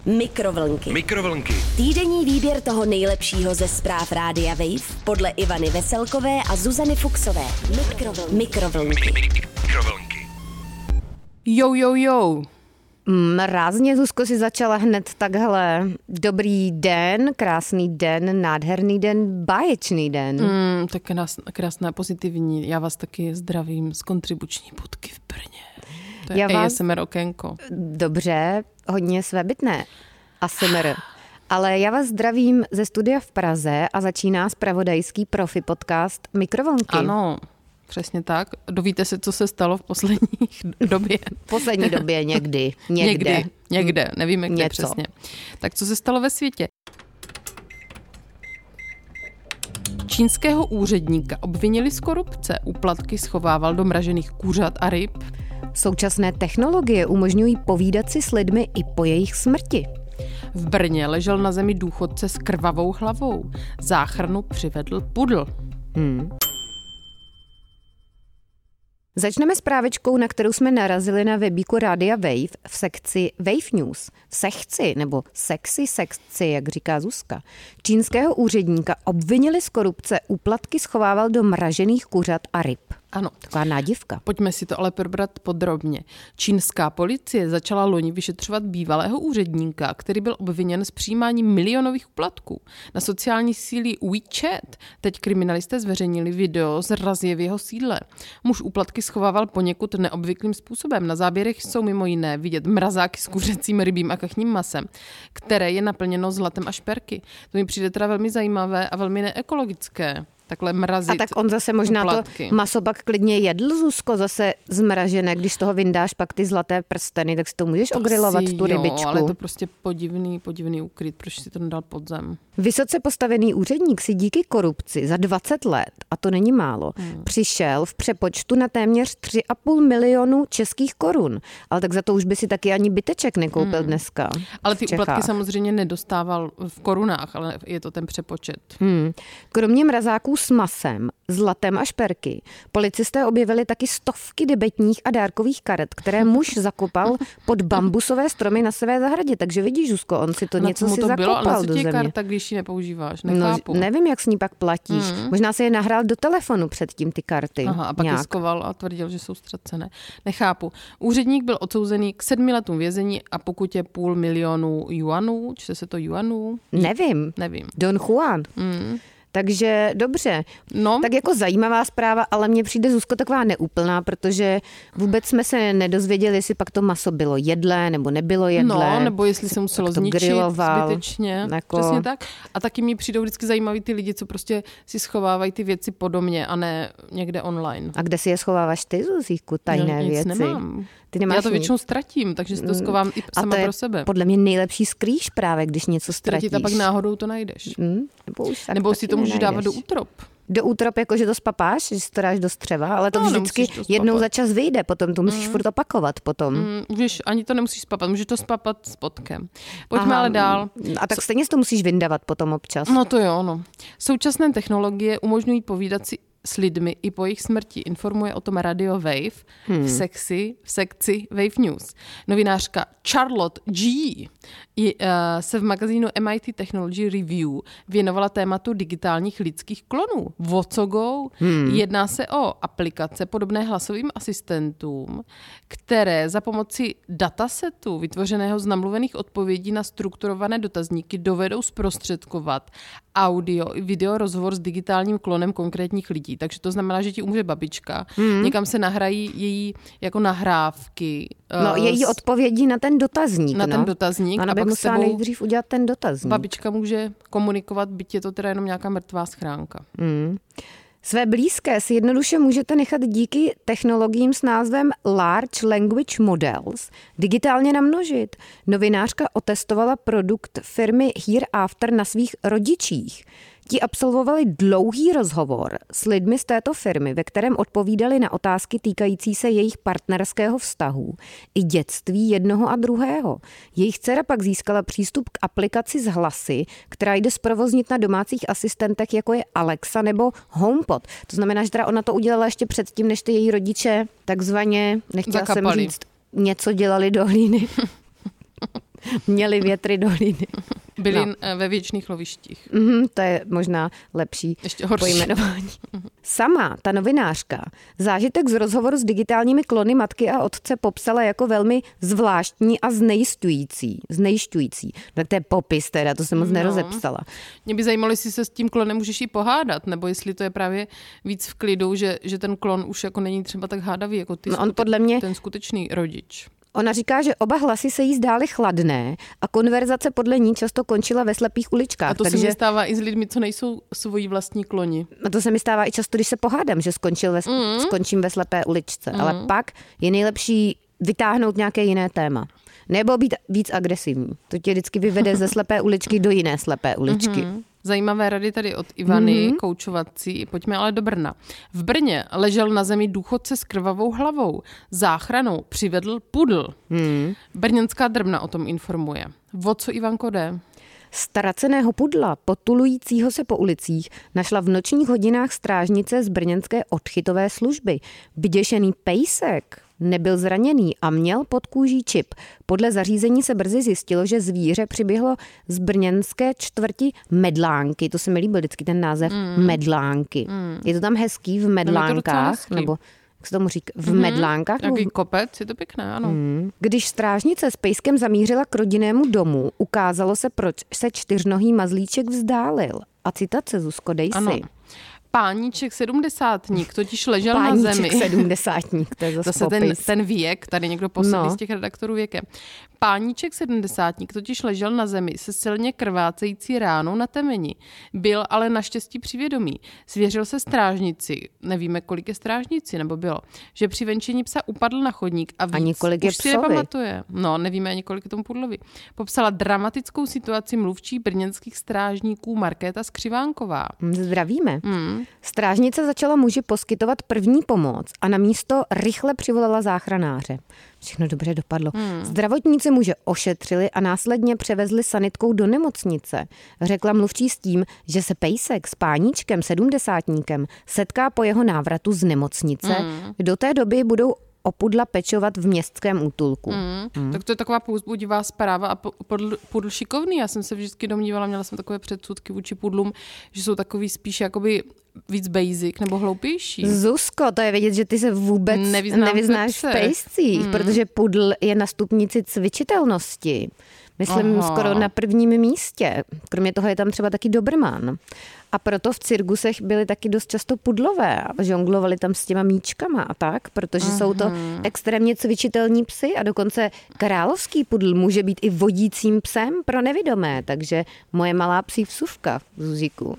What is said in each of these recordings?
Mikrovlnky. Týdenní výběr toho nejlepšího ze zpráv Rádia Wave podle Ivany Veselkové a Zuzany Fuxové. Mikrovlnky. Jo. Rázně, Zuzko, si začala hned takhle. Dobrý den, krásný den, nádherný den, báječný den. Tak krásná, pozitivní. Já vás taky zdravím z kontribuční budky v Brně. To je ASMR okénko. Dobře, hodně svébytné. ASMR. Ale já vás zdravím ze studia v Praze a začíná zpravodajský profi podcast Mikrovlnky. Ano. Přesně tak. Dovíte se, co se stalo v poslední době? V poslední době někdy. Někde. Nevíme, kde přesně. Tak co se stalo ve světě? Čínského úředníka obvinili z korupce. Úplatky schovával do mražených kuřat a ryb. Současné technologie umožňují povídat si s lidmi i po jejich smrti. V Brně ležel na zemi důchodce s krvavou hlavou. Záchranu přivedl pudl. Začneme s právečkou, na kterou jsme narazili na webíku Rádia Wave v sekci Wave News. Nebo sekci, jak říká Zuzka. Čínského úředníka obvinili z korupce, úplatky schovával do mražených kuřat a ryb. Ano. Taková nádivka. Pojďme si to ale probrat podrobně. Čínská policie začala loni vyšetřovat bývalého úředníka, který byl obviněn z přijímání milionových úplatků. Na sociální síti WeChat teď kriminalisté zveřejnili video z razie v jeho sídle. Muž úplatky schovával poněkud neobvyklým způsobem. Na záběrech jsou mimo jiné vidět mrazáky s kuřecím, rybím a kachním masem, které je naplněno zlatem a šperky. To mi přijde teda velmi zajímavé a velmi neekologické. Takhle mrazit. A tak on zase možná úplatky. To maso pak klidně jedl, Zuzko, zase zmražené, když z toho vyndáš pak ty zlaté prsteny, tak si to můžeš ogrilovat, tu rybičku. Ale to prostě podivný ukryt, proč si to nedal pod zem. Vysoce postavený úředník si díky korupci za 20 let, a to není málo, přišel v přepočtu na téměř 3,5 milionu českých korun. Ale tak za to už by si taky ani byteček nekoupil dneska. Ale ty úplatky samozřejmě nedostával v korunách, ale je to ten přepočet. Kromě mrazáků s masem, zlatem a šperky, policisté objevili taky stovky debetních a dárkových karet, které muž zakopal pod bambusové stromy na své zahradě. Takže vidíš, Zuzko, on si to něco si zakopal do země. Karta, když ji nepoužíváš, nechápu. No, nevím, jak s ní pak platíš. Možná se je nahrál do telefonu předtím ty karty. Aha, a pak je skoval a tvrdil, že jsou ztracené. Nechápu. Úředník byl odsouzený k 7 letům vězení a pokutě 500 000 juanů. Čte se to juanů? Nevím. Don Juan. Takže dobře, tak jako zajímavá zpráva, ale mně přijde, Zuzko, taková neúplná, protože vůbec jsme se nedozvěděli, jestli pak to maso bylo jedlé nebo nebylo jedlé. No, nebo jestli se muselo zničit zbytečně. Přesně tak. A taky mi přijdou vždycky zajímaví ty lidi, co prostě si schovávají ty věci po domě a ne někde online. A kde si je schováváš ty, Zuzíku, tajné věci? Nemám. Ty nemáš. Já to většinou ztratím, takže si to schovám i sama pro sebe. Podle mě nejlepší skrýš právě, když něco ztratíš. A pak náhodou to najdeš. Nebo si to můžeš dávat do útrop. Do útrop, jako že to spapáš, že si to dáš do střeva, ale to vždycky jednou za čas vyjde, potom to musíš furt opakovat potom. Ani to nemusíš spapat, můžeš to spapat spodkem. Pojďme ale dál. A tak stejně to musíš vyndavat potom občas. No to jo, no. Současné technologie umožňují povídat si s lidmi i po jejich smrti. Informuje o tom Radio Wave v sekci Wave News. Novinářka Charlotte G. se v magazínu MIT Technology Review věnovala tématu digitálních lidských klonů. O co go? Jedná se o aplikace podobné hlasovým asistentům, které za pomoci datasetu vytvořeného z namluvených odpovědí na strukturované dotazníky dovedou zprostředkovat audio i video rozhovor s digitálním klonem konkrétních lidí. Takže to znamená, že ti umře babička. Někam se nahrají její jako nahrávky. Její odpovědi na ten dotazník. Ten dotazník. Ona by musela nejdřív udělat ten dotazník. Babička může komunikovat, byť je to teda jenom nějaká mrtvá schránka. Své blízké si jednoduše můžete nechat díky technologiím s názvem Large Language Models digitálně namnožit. Novinářka otestovala produkt firmy Hereafter na svých rodičích. Ti absolvovali dlouhý rozhovor s lidmi z této firmy, ve kterém odpovídali na otázky týkající se jejich partnerského vztahu i dětství jednoho a druhého. Jejich dcera pak získala přístup k aplikaci s hlasy, která jde zprovoznit na domácích asistentech, jako je Alexa nebo HomePod. To znamená, že teda ona to udělala ještě předtím, než ty její rodiče takzvaně, nechtěla jsem říct, něco dělali do hlíny. Měli větry doliny. Byli ve věčných lovištích. To je možná lepší ještě horší pojmenování. Sama ta novinářka zážitek z rozhovoru s digitálními klony matky a otce popsala jako velmi zvláštní a znejišťující. Tak to je popis teda, to jsem moc nerozepsala. Mě by zajímalo, jestli se s tím klonem můžeš i pohádat, nebo jestli to je právě víc v klidu, že ten klon už jako není třeba tak hádavý, jako ten skutečný rodič. Ona říká, že oba hlasy se jí zdály chladné a konverzace podle ní často končila ve slepých uličkách. A to se mi stává i s lidmi, co nejsou svoji vlastní kloni. A to se mi stává i často, když se pohádám, že skončím ve slepé uličce. Ale pak je nejlepší vytáhnout nějaké jiné téma. Nebo být víc agresivní. To tě vždycky vyvede ze slepé uličky do jiné slepé uličky. Zajímavé rady tady od Ivany, koučovací. Pojďme ale do Brna. V Brně ležel na zemi důchodce s krvavou hlavou. Záchranou přivedl pudl. Brněnská Drbna o tom informuje. O co, Ivanko, jde? Ztraceného pudla, potulujícího se po ulicích, našla v nočních hodinách strážnice z brněnské odchytové služby. Vyděšený pejsek nebyl zraněný a měl pod kůží čip. Podle zařízení se brzy zjistilo, že zvíře přiběhlo z brněnské čtvrti Medlánky. To se mi líbil vždycky ten název Medlánky. Je to tam hezký v Medlánkách, nebo jak se tomu říká, v Medlánkách. Jaký kopec, je to pěkné, ano. Když strážnice s pejskem zamířila k rodinnému domu, ukázalo se, proč se čtyřnohý mazlíček vzdálil. A citace, Zuzko, dej si. Páníček 70ník totiž ležel na zemi. Páníček 70ník, to je zase ten věk, tady někdo poslední z těch redaktorů věkem. Páníček 70ník totiž ležel na zemi se silně krvácející ránou na temeni. Byl ale naštěstí při vědomí. Svěřil se strážnici, nevíme, kolik je strážnici, nebo bylo, že při venčení psa upadl na chodník a víc. Ani kolik je už si nepamatuje. No, nevíme ani kolik je tomu pudlovi. Popsala dramatickou situaci mluvčí brněnských strážníků Markéta Skřivánková. Zdravíme. Strážnice začala muži poskytovat první pomoc a na místo rychle přivolala záchranáře. Všechno dobře dopadlo. Zdravotníci muže ošetřili a následně převezli sanitkou do nemocnice. Řekla mluvčí s tím, že se pejsek s páníčkem 70níkem setká po jeho návratu z nemocnice. Do té doby budou o pudla pečovat v městském útulku. Tak to je taková povzbudivá zpráva a pudl šikovný. Já jsem se vždycky domnívala, měla jsem takové předsudky vůči pudlům, že jsou takový spíš jakoby víc basic nebo hloupější. Zuzko, to je vědět, že ty se vůbec nevyznáš v pejscích, protože pudl je na stupnici cvičitelnosti. Myslím skoro na prvním místě. Kromě toho je tam třeba taky Doberman. A proto v cirkusech byly taky dost často pudlové a žonglovali tam s těma míčkama a tak, protože jsou to extrémně cvičitelní psy a dokonce královský pudl může být i vodícím psem pro nevidomé, takže moje malá psí vsuvka, Zuzíku.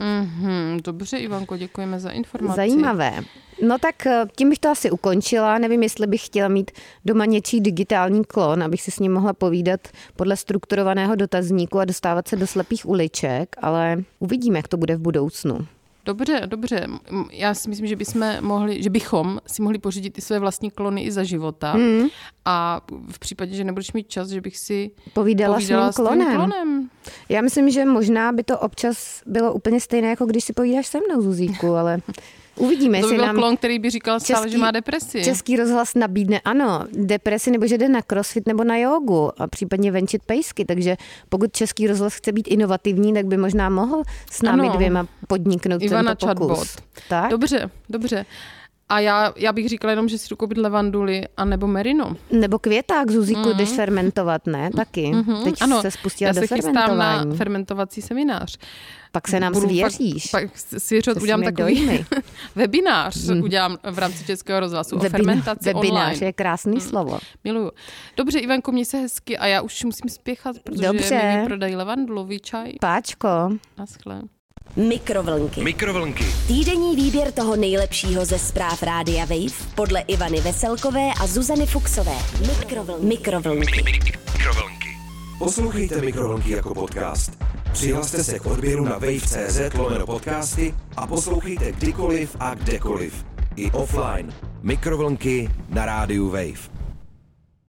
Dobře, Ivanko, děkujeme za informaci. Zajímavé. No tak tím bych to asi ukončila. Nevím, jestli bych chtěla mít doma něčí digitální klon, abych si s ním mohla povídat podle strukturovaného dotazníku a dostávat se do slepých uliček, ale uvidíme, jak to bude v budoucnu. Dobře. Já si myslím, že bychom si mohli pořídit i své vlastní klony i za života. A v případě, že nebudeš mít čas, že bych si povídala s tím klonem. Já myslím, že možná by to občas bylo úplně stejné, jako když si povídáš se mnou, Zuzíku, ale uvidíme. To by byl klon, který by říkal stále, že má depresi. Český rozhlas nabídne, ano, depresi, nebo že jde na crossfit nebo na jogu a případně venčit pejsky, takže pokud Český rozhlas chce být inovativní, tak by možná mohl s námi dvěma podniknout Ivana tento pokus. Chatbot. Tak? Dobře. A já bych říkala jenom, že si jdu koupit levanduli a nebo merino. Nebo květák, Zuzíku, jdeš fermentovat, ne? Taky. Teď se spustila do fermentování. Já se chystám na fermentovací seminář. Pak se nám svěříš. Pak udělám takový webinář, udělám v rámci Českého rozhlasu o fermentaci online. Webinář je krásný slovo. Miluju. Dobře, Ivanko, měj se hezky a já už musím spěchat, protože mi vyprodají levandulový čaj. Páčko. Naschle. Mikrovlnky. Týdenní výběr toho nejlepšího ze zpráv Rádia Wave podle Ivany Veselkové a Zuzany Fuksové. Mikrovlnky. Poslouchejte Mikrovlnky jako podcast. Přihlaste se k odběru na wave.cz/podcasty a poslouchejte kdykoliv a kdekoliv. I offline. Mikrovlnky na rádiu Wave.